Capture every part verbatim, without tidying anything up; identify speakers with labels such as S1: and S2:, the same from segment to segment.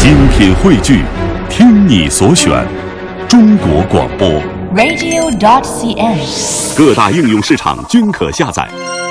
S1: 精品汇聚，听你所选，中国广播
S2: radio dot c n，
S1: 各大应用市场均可下载。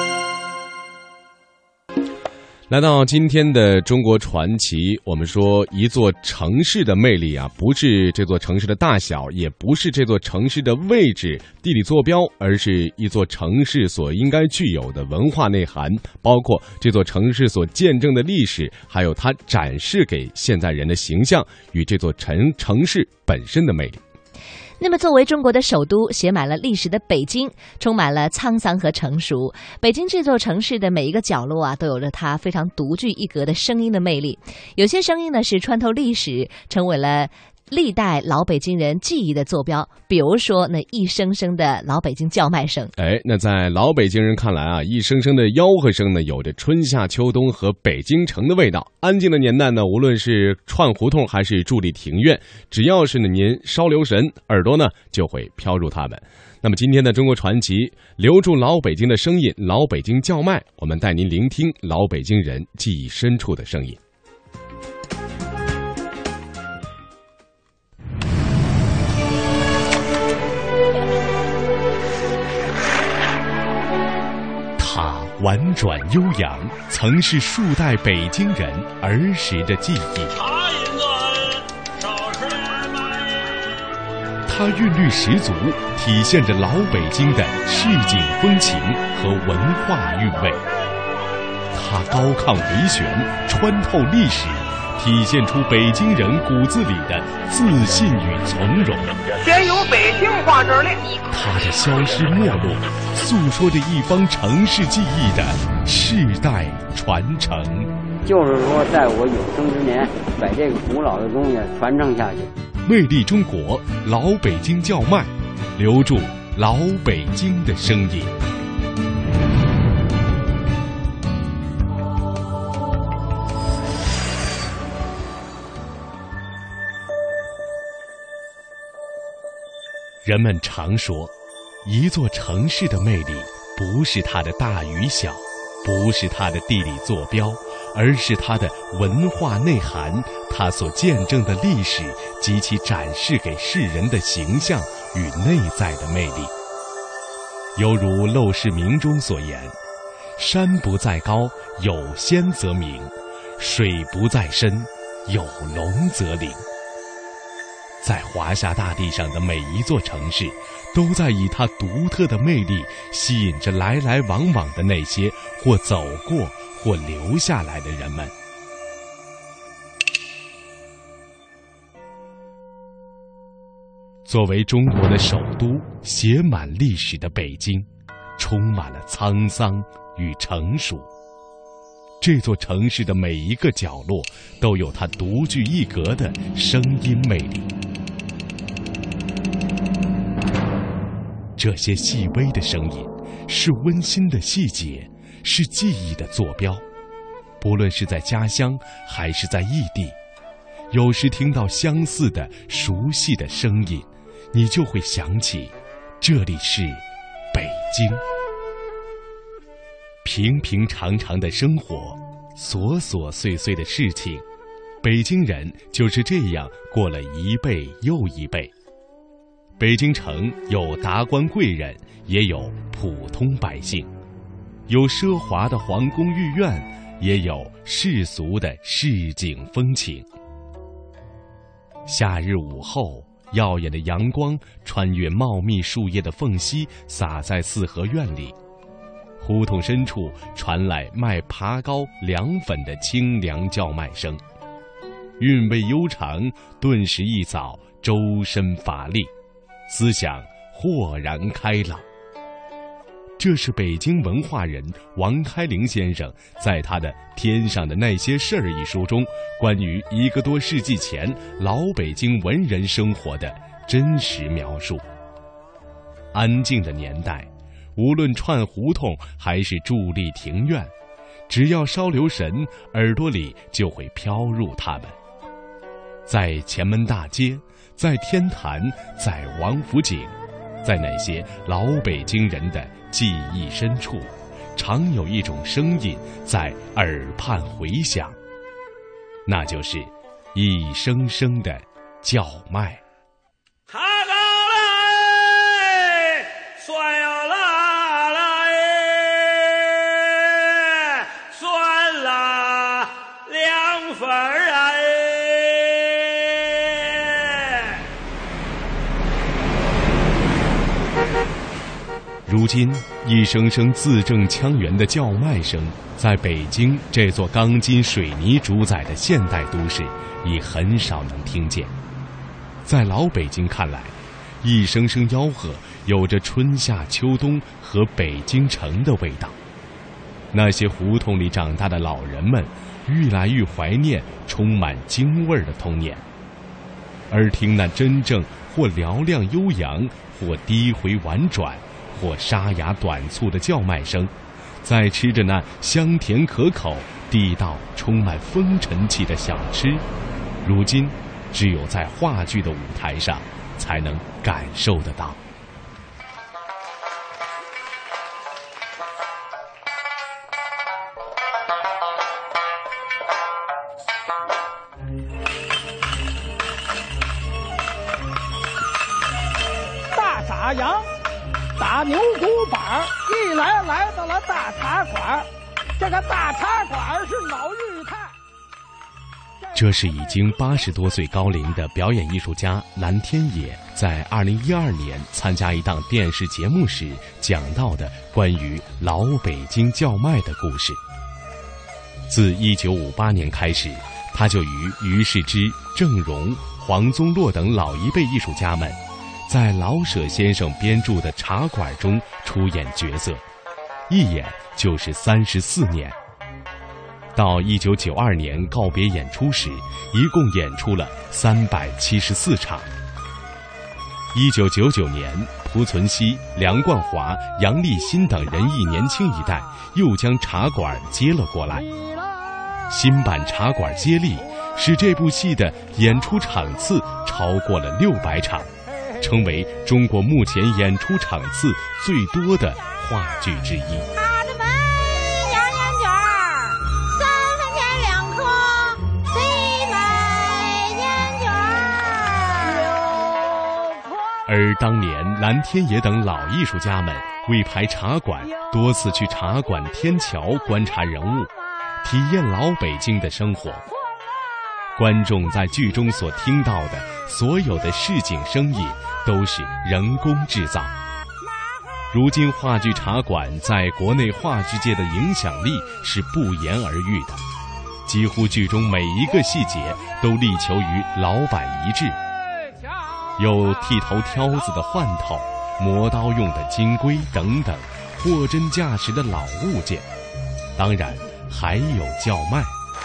S3: 来到今天的中国传奇，我们说一座城市的魅力啊，不是这座城市的大小，也不是这座城市的位置、地理坐标，而是一座城市所应该具有的文化内涵，包括这座城市所见证的历史，还有它展示给现代人的形象与这座城城市本身的魅力。
S2: 那么作为中国的首都，写满了历史的北京充满了沧桑和成熟。北京这座城市的每一个角落啊，都有着它非常独具一格的声音的魅力。有些声音呢是穿透历史，成为了历代老北京人记忆的坐标，比如说那一声声的老北京叫卖声。
S3: 哎，那在老北京人看来啊，一声声的吆喝声呢，有着春夏秋冬和北京城的味道。安静的年代呢，无论是串胡同还是伫立庭院，只要是呢您稍留神，耳朵呢就会飘入它们。那么今天的中国传奇，留住老北京的声音，老北京叫卖，我们带您聆听老北京人记忆深处的声音。婉转悠扬，曾是数代北京人儿时的记忆。
S4: 茶饮暖，少吃慢。
S3: 它韵律十足，体现着老北京的市井风情和文化韵味。它高亢回旋，穿透历史，体现出北京人骨子里的自信与从容。
S5: 先有北京话这练。
S3: 它的消失没落，诉说着一方城市记忆的世代传承。
S6: 就是说，在我有生之年，把这个古老的东西传承下去。
S3: 魅力中国，老北京叫卖，留住老北京的声音。人们常说，一座城市的魅力不是它的大与小，不是它的地理坐标，而是它的文化内涵，它所见证的历史及其展示给世人的形象与内在的魅力。犹如陋室铭中所言，山不在高，有仙则名；水不在深，有龙则灵。在华夏大地上的每一座城市，都在以它独特的魅力吸引着来来往往的那些或走过或留下来的人们。作为中国的首都，写满历史的北京，充满了沧桑与成熟。这座城市的每一个角落，都有它独具一格的声音魅力。这些细微的声音，是温馨的细节，是记忆的坐标。不论是在家乡还是在异地，有时听到相似的熟悉的声音，你就会想起这里是北京。平平常常的生活，琐琐碎碎的事情，北京人就是这样过了一辈又一辈。北京城有达官贵人，也有普通百姓，有奢华的皇宫御苑，也有世俗的市井风情。夏日午后，耀眼的阳光穿越茂密树叶的缝隙，洒在四合院里。胡同深处传来卖爬糕、凉粉的清凉叫卖声，韵味悠长，顿时一扫周身乏力，思想豁然开朗。这是北京文化人王开龄先生在他的《天上的那些事儿》一书中，关于一个多世纪前老北京文人生活的真实描述。安静的年代，无论串胡同还是伫立庭院，只要稍留神，耳朵里就会飘入它们。在前门大街，在天坛，在王府井，在那些老北京人的记忆深处，常有一种声音在耳畔回响，那就是一声声的叫卖。
S4: 爬高来，算要拉来，算了两份儿哎。
S3: 如今，一声声字正腔圆的叫卖声，在北京这座钢筋水泥主宰的现代都市，已很少能听见。在老北京看来，一声声吆喝有着春夏秋冬和北京城的味道。那些胡同里长大的老人们，愈来愈怀念充满京味儿的童年，而听那真正或嘹亮悠扬，或低回婉转，或沙哑短促的叫卖声，在吃着那香甜可口、地道充满风尘气的小吃，如今只有在话剧的舞台上才能感受得到。
S7: 大傻羊打牛骨板，一来来到了大茶馆。这个大茶馆是老裕泰。
S3: 这是已经八十多岁高龄的表演艺术家蓝天野在二零一二年参加一档电视节目时讲到的关于老北京叫卖的故事。自一九五八年开始，他就与于世之、郑融、黄宗洛等老一辈艺术家们，在老舍先生编著的《茶馆》中出演角色，一演就是三十四年。到一九九二年告别演出时，一共演出了三百七十四场。一九九九年，濮存昕、梁冠华、杨立新等人艺年轻一代又将茶馆接了过来。新版茶馆接力，使这部戏的演出场次超过了六百场，成为中国目前演出场次最多的话剧之一。而当年蓝天野等老艺术家们为排茶馆，多次去茶馆天桥观察人物，体验老北京的生活。观众在剧中所听到的所有的市井生意都是人工制造。如今话剧茶馆在国内话剧界的影响力是不言而喻的，几乎剧中每一个细节都力求于老板一致，有剃头挑子的换头，磨刀用的金龟等等货真价实的老物件，当然还有叫卖。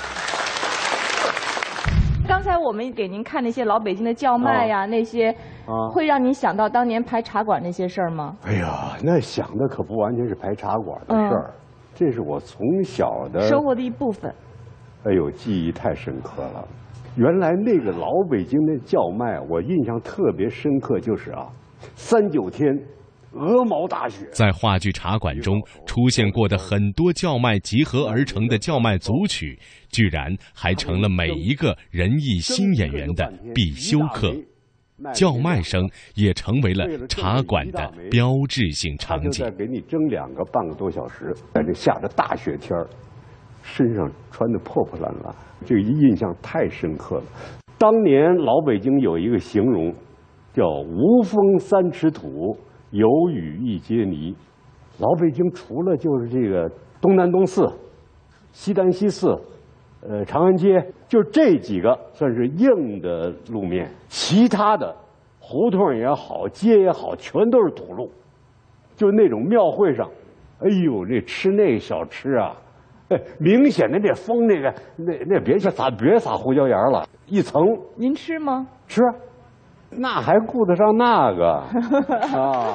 S8: 刚才我们给您看那些老北京的叫卖呀、啊，那些啊，会让您想到当年排茶馆那些事儿吗？
S9: 哎呀，那想的可不完全是排茶馆的事儿、嗯，这是我从小的
S8: 生活的一部分。
S9: 哎呦，记忆太深刻了。原来那个老北京的叫卖，我印象特别深刻，就是啊，三九天，鹅毛大雪。
S3: 在话剧茶馆中出现过的很多叫卖集合而成的叫卖组曲，居然还成了每一个人艺新演员的必修课。叫卖声也成为了茶馆的标志性场景。
S9: 再给你蒸两个半个多小时，在这下着大雪天儿，身上穿得破破烂烂。这个印象太深刻了。当年老北京有一个形容，叫无风三尺土，有雨一街泥。老北京除了就是这个东南东四、西单西四、呃长安街，就这几个算是硬的路面，其他的胡同也好，街也好，全都是土路。就那种庙会上，哎呦，那吃那小吃啊！哎，明显的那风，那个那那别撒别撒胡椒盐了，一层。
S8: 您吃吗？
S9: 吃，那还顾得上那个啊？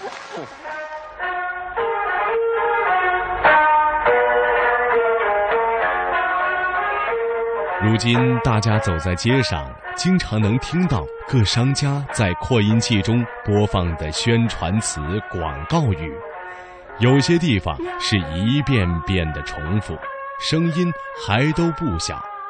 S3: 如今大家走在街上，经常能听到各商家在扩音器中播放的宣传词、广告语。有些地方是一遍遍的重复，声音还都不小。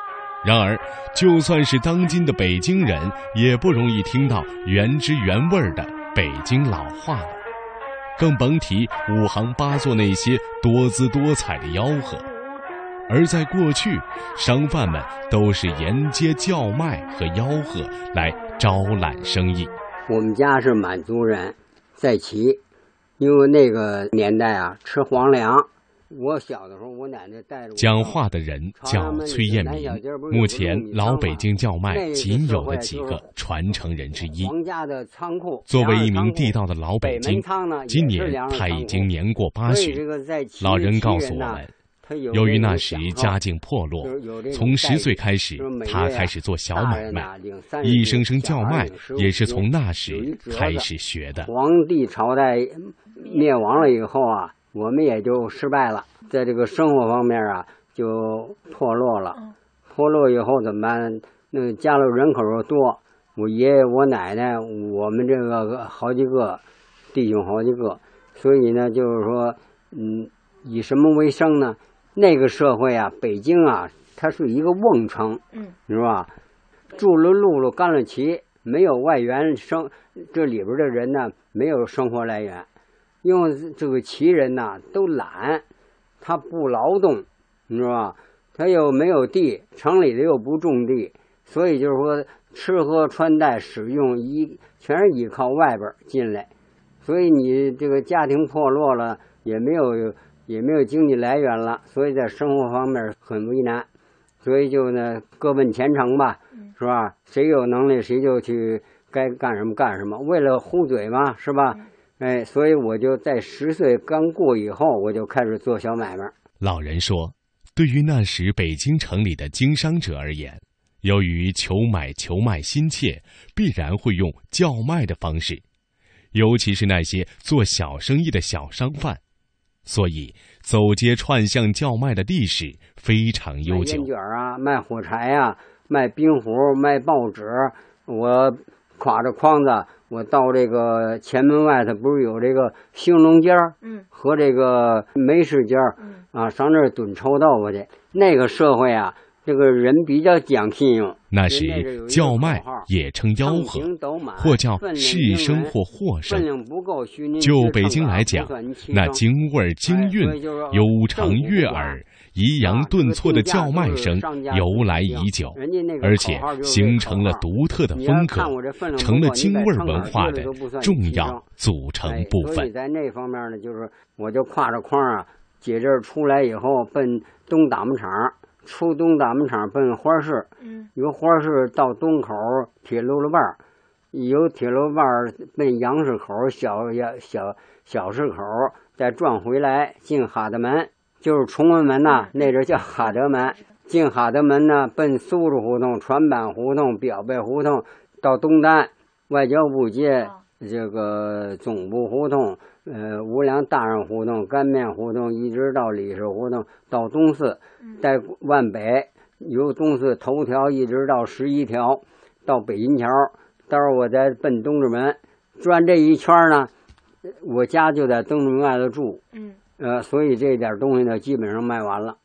S3: 然而，就算是当今的北京人，也不容易听到原汁原味的北京老话了，更甭提五行八作那些多姿多彩的吆喝。而在过去，商贩们都是沿街叫卖和吆喝来招揽生意。
S6: 我们家是满族人，在齐，因为那个年代啊，吃皇粮。我小的时候，我奶奶带着我。
S3: 讲话的人叫崔艳民，目前老北京叫卖仅有的几个传承人之一。作为一名地道的老北京，今年他已经年过八旬。老人告诉我们，由于那时家境破落，从十岁开始，他开始做小买卖，一声声叫卖也是从那时开始学的。
S6: 皇帝朝代灭亡了以后啊，我们也就失败了，在这个生活方面啊就破落了。破落以后怎么办？那家里人口又多，我爷爷我奶奶我们这个好几个弟兄好几个，所以呢就是说嗯以什么为生呢？那个社会啊，北京啊它是一个瓮城，嗯，是吧？住了路了干了齐，没有外援生，这里边的人呢没有生活来源。因为这个齐人呐都懒，他不劳动，你知道吧？他又没有地，城里的又不种地，所以就是说吃喝穿戴使用依全是依靠外边进来，所以你这个家庭破落了，也没有也没有经济来源了，所以在生活方面很为难，所以就呢各奔前程吧，是吧？谁有能力谁就去该干什么干什么，为了糊嘴嘛，是吧？哎，所以我就在十岁刚过以后，我就开始做小买卖。
S3: 老人说，对于那时北京城里的经商者而言，由于求买求卖心切，必然会用叫卖的方式，尤其是那些做小生意的小商贩，所以走街串巷叫卖的历史非常悠久。
S6: 卖烟卷啊，卖火柴啊，卖冰壶，卖报纸，我挎着筐子。我到这个前门外头不是有这个兴隆街儿，嗯，和这个梅市街儿，嗯啊，上这儿蹲臭豆腐去。那个社会啊，这个人比较讲信用。
S3: 那时叫卖也称吆喝，或叫市声或货声。就北京来讲，那京味京韵、悠长悦耳、抑扬顿挫的叫卖声由来已久，而且形成了独特的风格，成了京味文化的重要组成部分。
S6: 所以在那方面呢，就是我就挎着筐啊，解这儿出来以后奔东打木厂。出东打木厂奔花市，嗯，由花市到东口铁路了半，由铁路半奔杨市口小小小市口，再转回来进哈德门，就是崇文门呐、啊，那阵叫哈德门。进哈德门呢，奔苏州胡同、船板胡同、表背胡同，到东单外交部街，这个总部胡同。呃，无良大人胡同、干面胡同，一直到李氏胡同，到东四，在万北，由东四头条一直到十一条，到北新桥，到时候我再奔东直门，转这一圈呢，我家就在东直门外头住，嗯，呃，所以这点东西呢，基本上卖完了。